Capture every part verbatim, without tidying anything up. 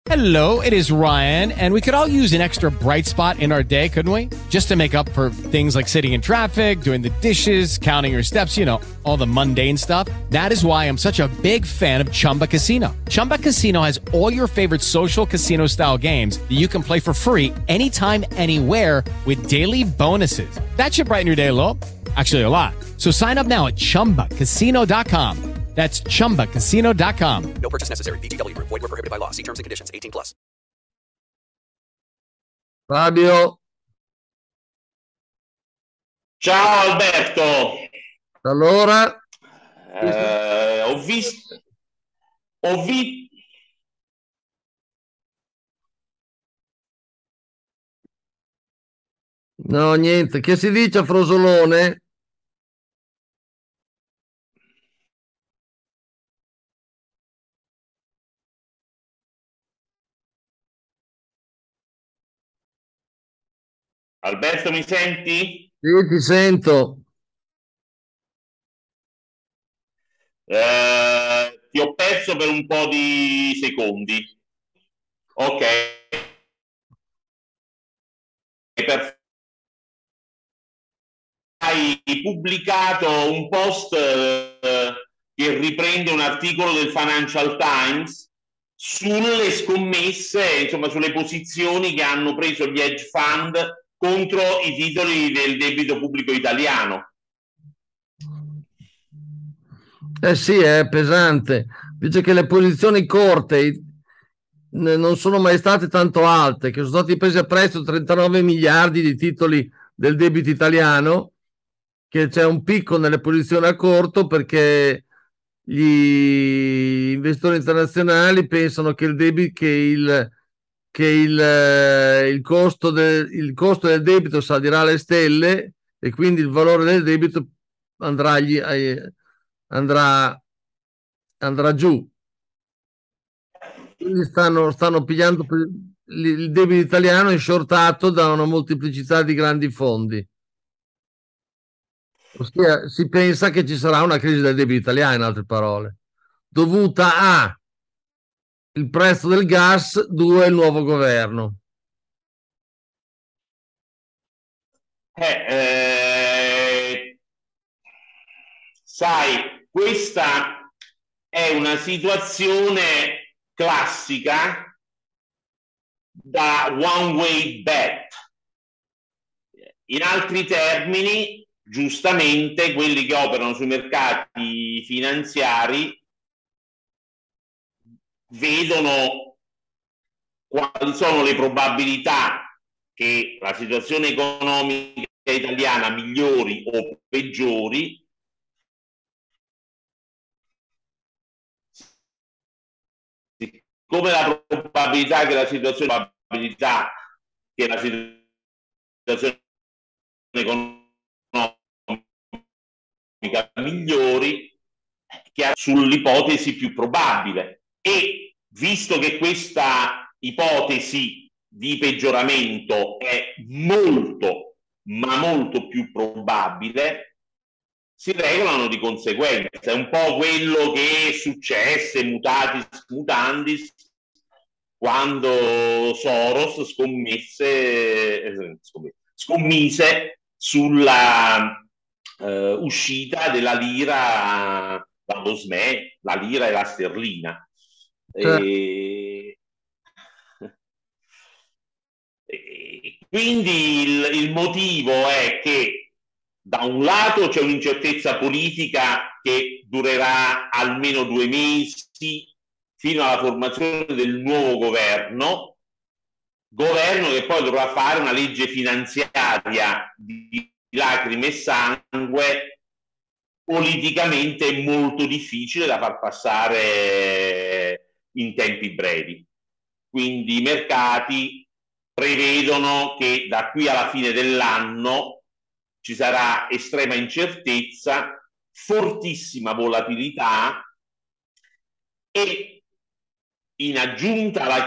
Hello, it is Ryan, and we could all use an extra bright spot in our day, couldn't we? Just to make up for things like sitting in traffic, doing the dishes, counting your steps, you know, all the mundane stuff. That is why I'm such a big fan of Chumba Casino. Chumba Casino has all your favorite social casino-style games that you can play for free anytime, anywhere with daily bonuses. That should brighten your day a little. Actually, a lot. So sign up now at chumba casino dot com. That's chumba casino dot com. No purchase necessary. V G W Group. Void where prohibited by law. See terms and conditions. eighteen plus. Fabio. Ciao Alberto. Allora? Eh, ho visto... Ho visto... No, niente. Che si dice a Frosolone? Alberto, mi senti? Sì, ti sento. Eh, ti ho perso per un po' di secondi. Ok. Per... Hai pubblicato un post eh, che riprende un articolo del Financial Times sulle scommesse, insomma, sulle posizioni che hanno preso gli hedge fund contro i titoli del debito pubblico italiano. Eh sì, è pesante. Dice che le posizioni corte non sono mai state tanto alte, che sono stati presi a prezzo trentanove miliardi di titoli del debito italiano, che c'è un picco nelle posizioni a corto perché gli investitori internazionali pensano che il debito, che il, che il, eh, il costo del, il costo del debito salirà alle stelle e quindi il valore del debito andrà, agli, ai, andrà, andrà giù. Quindi stanno, stanno pigliando il, il debito italiano è shortato da una molteplicità di grandi fondi. Ossia, si pensa che ci sarà una crisi del debito italiano, in altre parole, dovuta a il prezzo del gas, due il nuovo governo. Eh, eh, sai, questa è una situazione classica da one way bet. In altri termini, giustamente, quelli che operano sui mercati finanziari vedono quali sono le probabilità che la situazione economica italiana migliori o peggiori, come la probabilità che la situazione, probabilità che la situazione economica migliori, che sull'ipotesi più probabile. E visto che questa ipotesi di peggioramento è molto, ma molto più probabile, si regolano di conseguenza. È un po' quello che successe, mutatis mutandis, quando Soros scommesse, eh, scommise sulla eh, uscita della lira dallo S M E, la lira e la sterlina. Cioè, E... e quindi il, il motivo è che da un lato c'è un'incertezza politica che durerà almeno due mesi fino alla formazione del nuovo governo, governo che poi dovrà fare una legge finanziaria di lacrime e sangue, politicamente molto difficile da far passare in tempi brevi. Quindi i mercati prevedono che da qui alla fine dell'anno ci sarà estrema incertezza, fortissima volatilità e, in aggiunta alla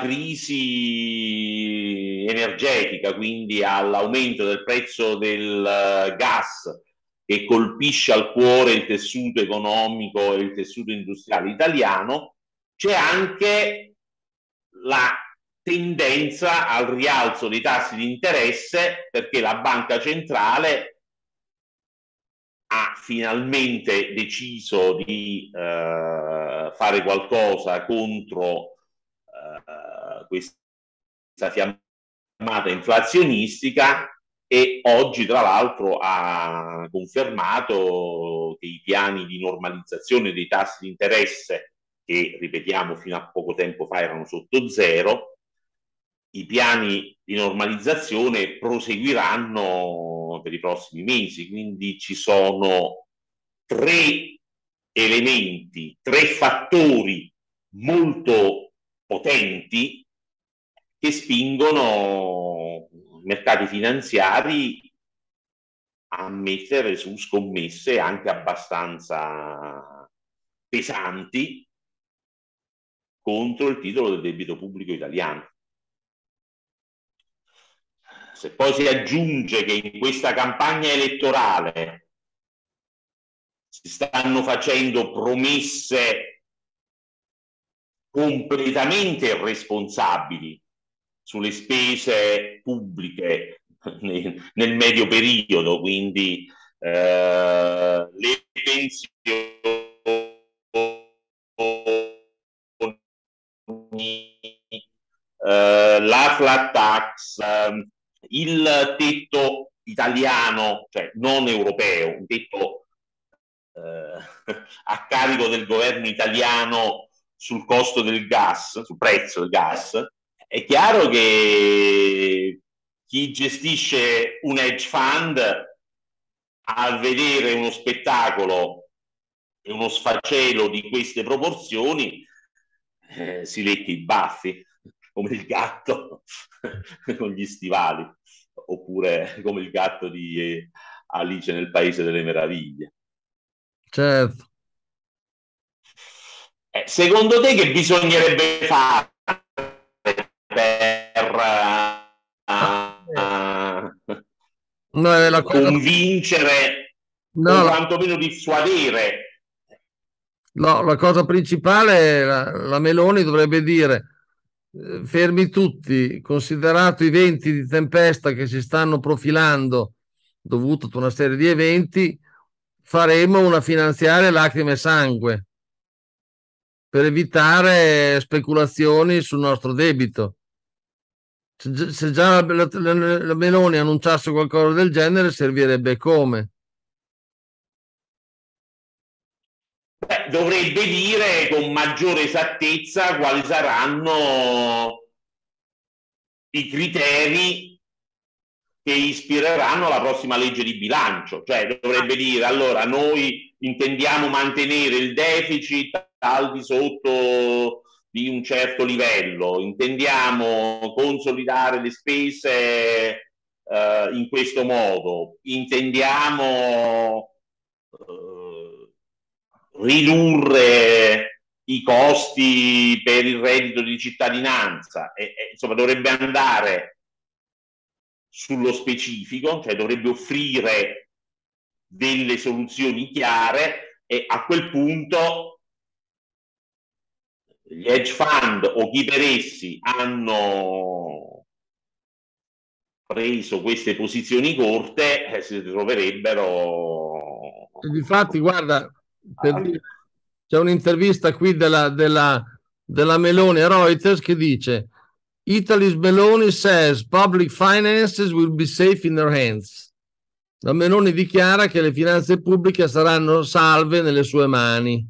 crisi energetica, quindi all'aumento del prezzo del gas che colpisce al cuore il tessuto economico e il tessuto industriale italiano, c'è anche la tendenza al rialzo dei tassi di interesse, perché la banca centrale ha finalmente deciso di eh, fare qualcosa contro eh, questa fiammata inflazionistica, e oggi tra l'altro ha confermato che i piani di normalizzazione dei tassi di interesse, che ripetiamo fino a poco tempo fa erano sotto zero, i piani di normalizzazione proseguiranno per i prossimi mesi. Quindi ci sono tre elementi, tre fattori molto potenti che spingono i mercati finanziari a mettere su scommesse anche abbastanza pesanti contro il titolo del debito pubblico italiano. Se poi si aggiunge che in questa campagna elettorale si stanno facendo promesse completamente irresponsabili sulle spese pubbliche nel, nel medio periodo, quindi eh, le pensioni, eh, la flat tax, eh, il tetto italiano, cioè non europeo, un tetto eh, a carico del governo italiano sul costo del gas, sul prezzo del gas. È chiaro che chi gestisce un hedge fund, al vedere uno spettacolo e uno sfacelo di queste proporzioni, eh, si lecca i baffi come il gatto con gli stivali, oppure come il gatto di eh, Alice nel Paese delle Meraviglie. Certo. Eh, secondo te che bisognerebbe fare per uh, no, la cosa... convincere no, o la... quantomeno dissuadere? No, la cosa principale, la, la Meloni dovrebbe dire: fermi tutti, considerato i venti di tempesta che si stanno profilando dovuto a una serie di eventi, faremo una finanziaria lacrime e sangue per evitare speculazioni sul nostro debito. Se, se già la, la, la Meloni annunciasse qualcosa del genere, servirebbe come? Beh, dovrebbe dire con maggiore esattezza quali saranno i criteri che ispireranno la prossima legge di bilancio. Cioè dovrebbe dire: allora, noi intendiamo mantenere il deficit al di sotto di un certo livello, intendiamo consolidare le spese eh, in questo modo, intendiamo eh, ridurre i costi per il reddito di cittadinanza, e, e insomma dovrebbe andare sullo specifico, cioè dovrebbe offrire delle soluzioni chiare, e a quel punto gli hedge fund o chi per essi hanno preso queste posizioni corte eh, si troverebbero. Difatti, guarda, per dire, c'è un'intervista qui della, della, della Meloni a Reuters che dice: Italy's Meloni says public finances will be safe in her hands. La Meloni dichiara che le finanze pubbliche saranno salve nelle sue mani.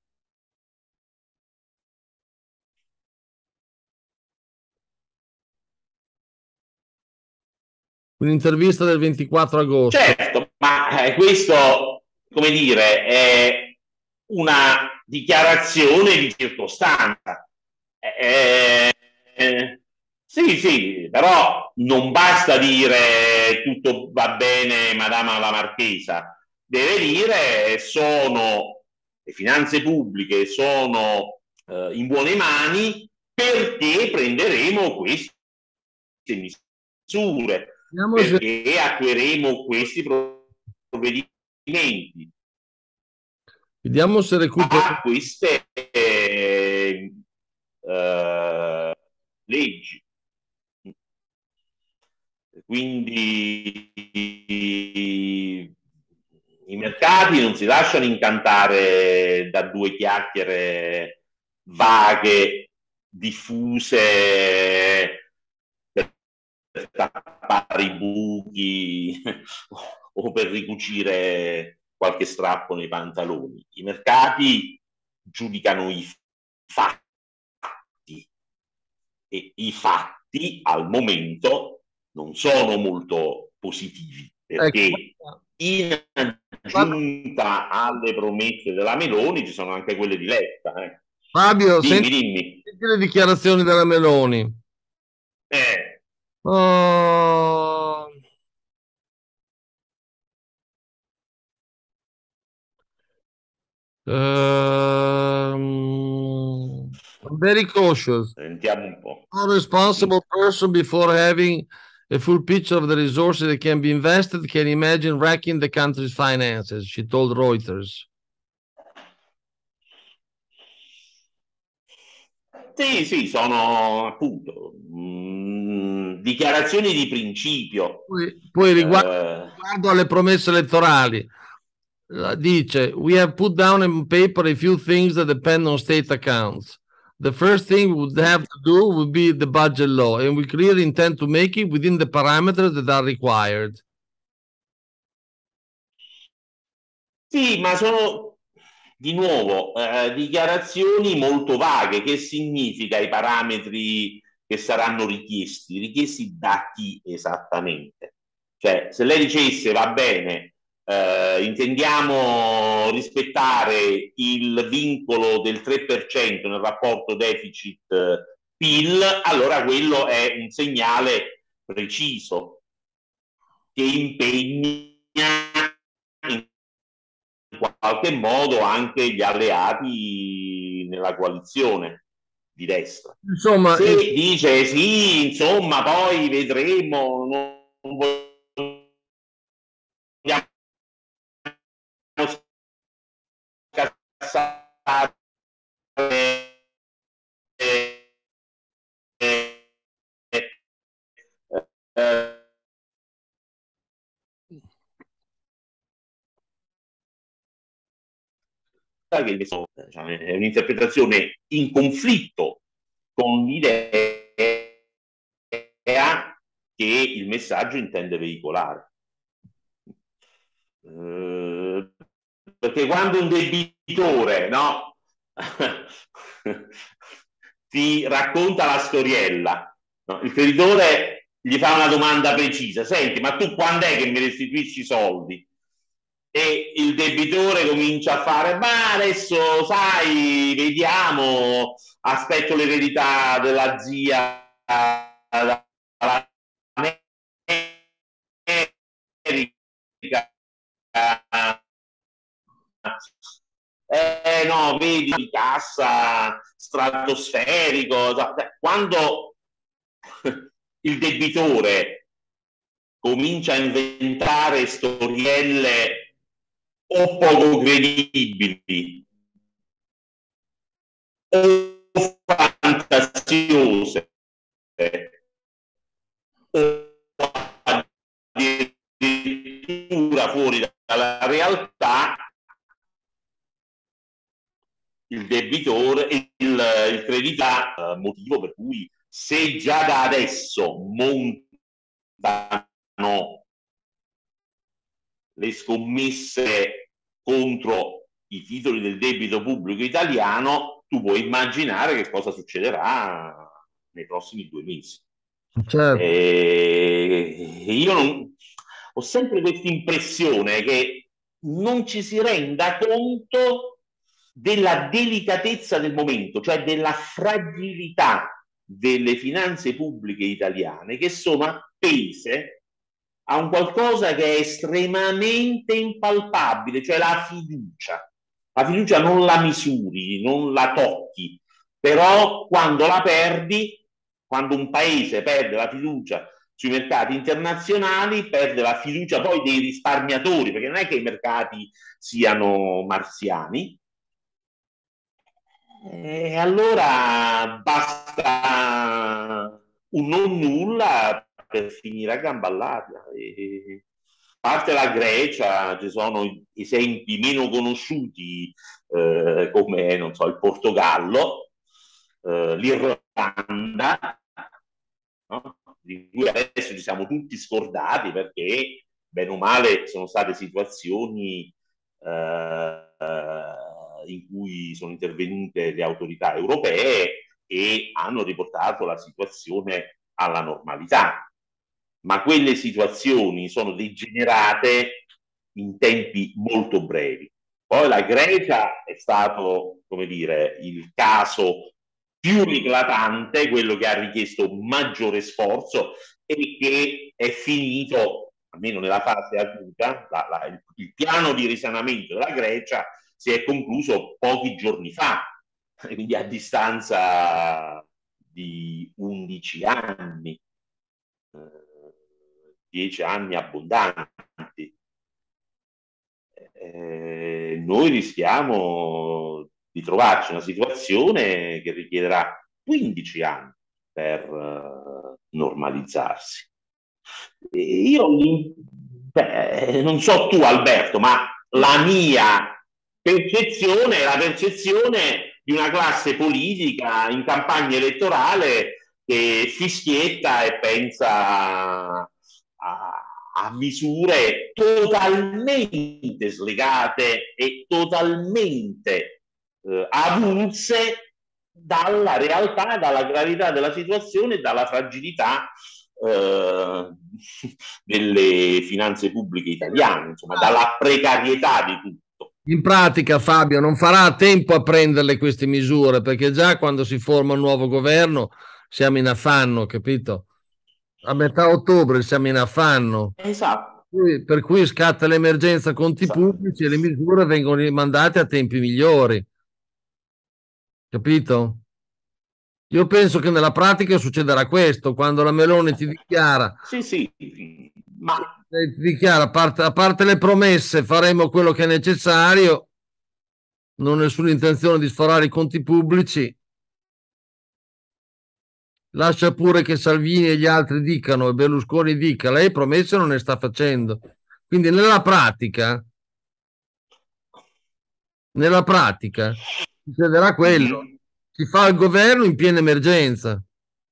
Un'intervista del ventiquattro agosto. Certo, ma eh, questo, come dire, è una dichiarazione di circostanza. Eh, eh, sì, sì, però non basta dire tutto va bene, Madama la Marchesa. Deve dire: sono le finanze pubbliche, sono eh, in buone mani, perché prenderemo queste misure, perché attueremo questi provvedimenti. Vediamo se recupero a queste eh, eh, leggi. Quindi i mercati non si lasciano incantare da due chiacchiere vaghe, diffuse, per tappare i buchi o per ricucire qualche strappo nei pantaloni. I mercati giudicano i fatti e i fatti al momento non sono molto positivi, perché Ecco. in aggiunta alle promesse della Meloni ci sono anche quelle di Letta. Eh. Fabio, Dimmi, senti, dimmi. senti le dichiarazioni della Meloni. Eh, Oh, um, I'm very cautious. sentiamo un po'. No responsible person, before having a full picture of the resources that can be invested, can imagine wrecking the country's finances, she told Reuters. Sì, sì, sono appunto mh, dichiarazioni di principio. Poi, poi riguardo, Eh, riguardo alle promesse elettorali, eh, dice: We have put down on paper a few things that depend on state accounts. The first thing we would have to do would be the budget law, and we clearly intend to make it within the parameters that are required. sì, ma sono di nuovo eh, dichiarazioni molto vaghe. Che significa i parametri che saranno richiesti? Richiesti da chi esattamente? Cioè, se lei dicesse va bene, eh, intendiamo rispettare il vincolo del tre per cento nel rapporto deficit-P I L, allora quello è un segnale preciso che impegna in qualche modo anche gli alleati nella coalizione di destra. Insomma, Se eh, dice sì, insomma, poi vedremo, non vogliamo scassare eh, eh, eh, che diciamo, è un'interpretazione in conflitto con l'idea che il messaggio intende veicolare. Eh, perché quando un debitore, no, ti racconta la storiella, no, il creditore gli fa una domanda precisa: senti, ma tu quando è che mi restituisci i soldi? E il debitore comincia a fare: ma adesso sai, vediamo, aspetto l'eredità della zia dall'America, eh no, vedi, di cassa stratosferico. Quando il debitore comincia a inventare storielle o poco credibili o fantasiose o addirittura fuori dalla realtà, il debitore, il, il creditore, motivo per cui se già da adesso montano le scommesse contro i titoli del debito pubblico italiano, tu puoi immaginare che cosa succederà nei prossimi due mesi. certo. E io non, ho sempre questa impressione che non ci si renda conto della delicatezza del momento, cioè della fragilità delle finanze pubbliche italiane, che sono appese a un qualcosa che è estremamente impalpabile, cioè la fiducia. La fiducia non la misuri, non la tocchi, però quando la perdi, quando un paese perde la fiducia sui mercati internazionali, perde la fiducia poi dei risparmiatori, perché non è che i mercati siano marziani. E allora basta un non nulla per finire a gamba all'aria. E, a parte la Grecia, ci sono esempi meno conosciuti eh, come, non so, il Portogallo, eh, l'Irlanda, no? Di cui adesso ci siamo tutti scordati perché, bene o male, sono state situazioni eh, in cui sono intervenute le autorità europee e hanno riportato la situazione alla normalità. Ma quelle situazioni sono degenerate in tempi molto brevi. Poi la Grecia è stato, come dire, il caso più eclatante, quello che ha richiesto maggiore sforzo e che è finito, almeno nella fase acuta, la, la, il, il piano di risanamento della Grecia si è concluso pochi giorni fa, quindi a distanza di undici anni. Dieci anni abbondanti. Eh, noi rischiamo di trovarci in una situazione che richiederà quindici anni per uh, normalizzarsi. E io beh, non so tu, Alberto, ma la mia percezione è la percezione di una classe politica in campagna elettorale che fischietta e pensa a, a misure totalmente slegate e totalmente eh, avulse dalla realtà, dalla gravità della situazione e dalla fragilità eh, delle finanze pubbliche italiane, insomma, dalla precarietà di tutto. In pratica, Fabio, non farà tempo a prenderle queste misure, perché già quando si forma un nuovo governo siamo in affanno, capito? A metà ottobre siamo in affanno. Esatto. Per cui scatta l'emergenza conti esatto. pubblici e le misure vengono rimandate a tempi migliori. Capito? Io penso che nella pratica succederà questo, quando la Meloni ti dichiara, sì, sì, ma ti dichiara, a parte, a parte le promesse, faremo quello che è necessario, non ho nessuna intenzione di sforare i conti pubblici. Lascia pure che Salvini e gli altri dicano e Berlusconi dica, lei promesse non ne sta facendo. Quindi nella pratica, nella pratica succederà quello. Mm-hmm. Si fa il governo in piena emergenza.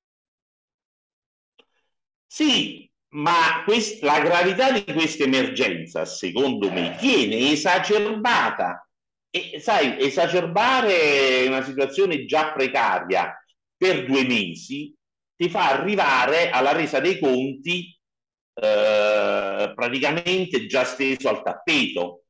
Sì, ma quest- la gravità di questa emergenza, secondo me, viene esacerbata. E sai, esacerbare una situazione già precaria per due mesi ti fa arrivare alla resa dei conti eh, praticamente già steso al tappeto.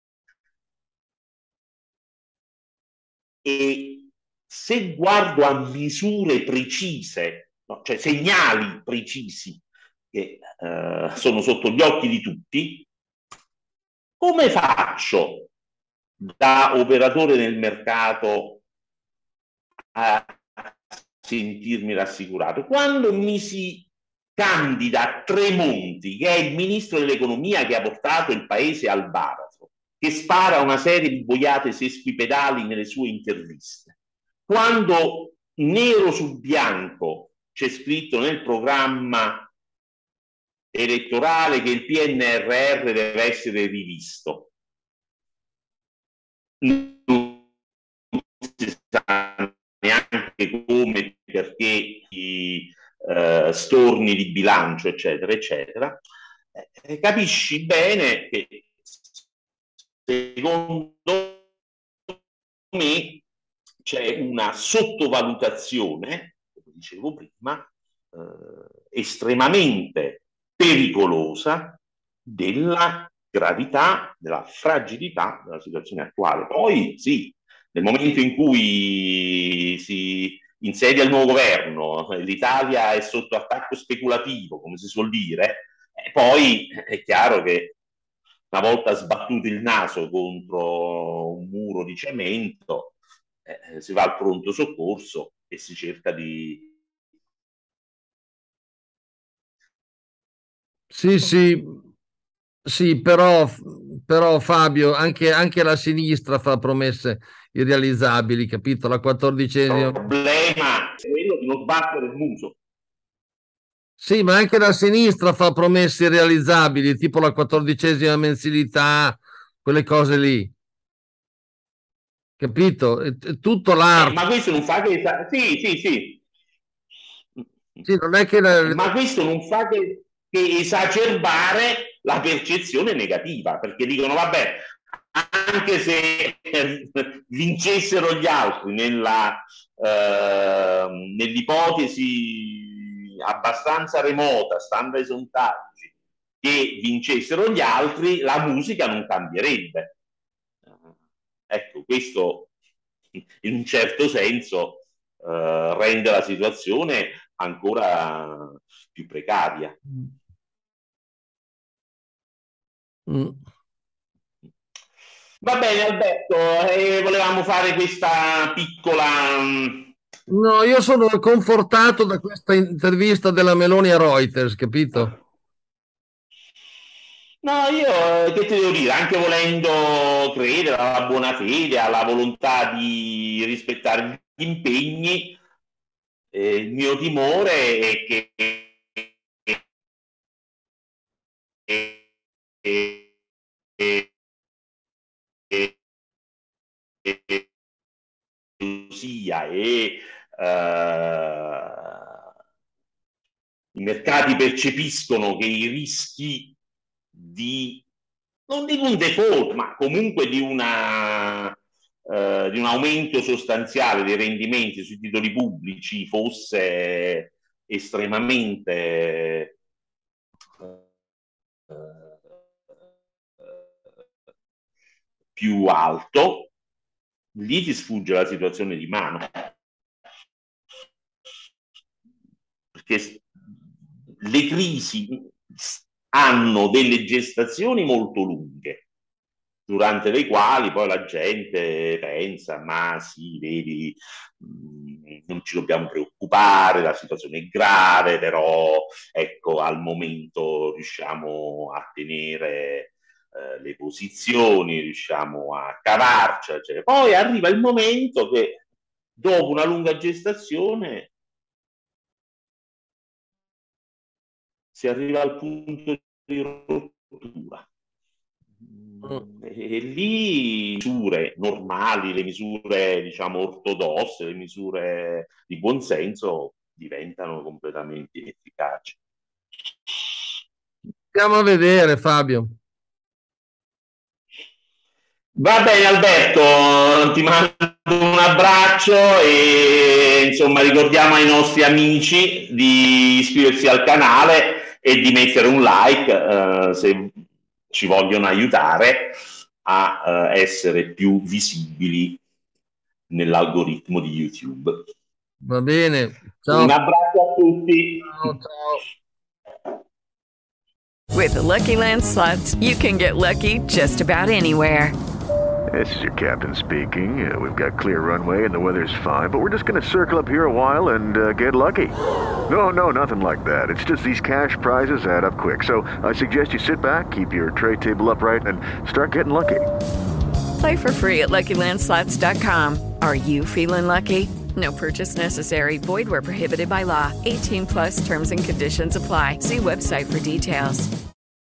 E se guardo a misure precise, no, cioè segnali precisi che eh, sono sotto gli occhi di tutti, come faccio da operatore nel mercato a sentirmi rassicurato? Quando mi si candida Tremonti, che è il ministro dell'economia che ha portato il paese al baratro, che spara una serie di boiate sesquipedali nelle sue interviste, quando nero su bianco c'è scritto nel programma elettorale che il P N R R deve essere rivisto, non si sa neanche come, perché i eh, storni di bilancio, eccetera, eccetera, eh, capisci bene che secondo me c'è una sottovalutazione, come dicevo prima, eh, estremamente pericolosa della gravità, della fragilità della situazione attuale. Poi sì, nel momento in cui si insedia il nuovo governo, l'Italia è sotto attacco speculativo, come si suol dire, e poi è chiaro che una volta sbattuto il naso contro un muro di cemento, eh, si va al pronto soccorso e si cerca di... Sì, sì, sì, però, però Fabio, anche, anche la sinistra fa promesse irrealizzabili, capito? La quattordicesima... Il problema è quello di non sbattere il muso. Sì, ma anche la sinistra fa promesse irrealizzabili, tipo la quattordicesima mensilità, quelle cose lì. Capito? È, è tutto Eh, l'arte. ma questo non fa che... Sì, sì, sì. Sì, non è che la- Eh, ma questo non fa che, che esacerbare la percezione negativa, perché dicono, vabbè, anche se eh, vincessero gli altri nella, eh, nell'ipotesi abbastanza remota, stando ai sondaggi, che vincessero gli altri, la musica non cambierebbe. Ecco, questo in un certo senso eh, rende la situazione ancora più precaria. Mm. Va bene, Alberto, eh, volevamo fare questa piccola... mh, No, io sono confortato da questa intervista della Meloni a Reuters, capito? No, io eh, che ti devo dire, anche volendo credere alla buona fede, alla volontà di rispettare gli impegni, eh, il mio timore è che, che, che, che, che sia e eh, i mercati percepiscono che i rischi di, non dico un default, ma comunque di, una, eh, di un aumento sostanziale dei rendimenti sui titoli pubblici fosse estremamente eh, più alto, lì ti sfugge la situazione di mano. Perché le crisi hanno delle gestazioni molto lunghe, durante le quali poi la gente pensa, ma sì, vedi, mh, non ci dobbiamo preoccupare, la situazione è grave, però ecco, al momento riusciamo a tenere eh, le posizioni, riusciamo a cavarci, cioè. Poi arriva il momento che dopo una lunga gestazione si arriva al punto di rottura. Mm. E, e lì misure normali, le misure diciamo ortodosse, le misure di buonsenso diventano completamente inefficaci. Andiamo a vedere, Fabio. Va bene Alberto, ti mando un abbraccio e insomma ricordiamo ai nostri amici di iscriversi al canale e di mettere un like eh, se ci vogliono aiutare a eh, essere più visibili nell'algoritmo di YouTube. Va bene. Ciao. Un abbraccio a tutti. Ciao, ciao. With the Lucky Land Slots, you can get lucky just about anywhere. This is your captain speaking. Uh, we've got clear runway and the weather's fine, but we're just going to circle up here a while and uh, get lucky. No, no, nothing like that. It's just these cash prizes add up quick. So I suggest you sit back, keep your tray table upright, and start getting lucky. Play for free at Lucky Land Slots dot com. Are you feeling lucky? No purchase necessary. Void where prohibited by law. eighteen plus terms and conditions apply. See website for details.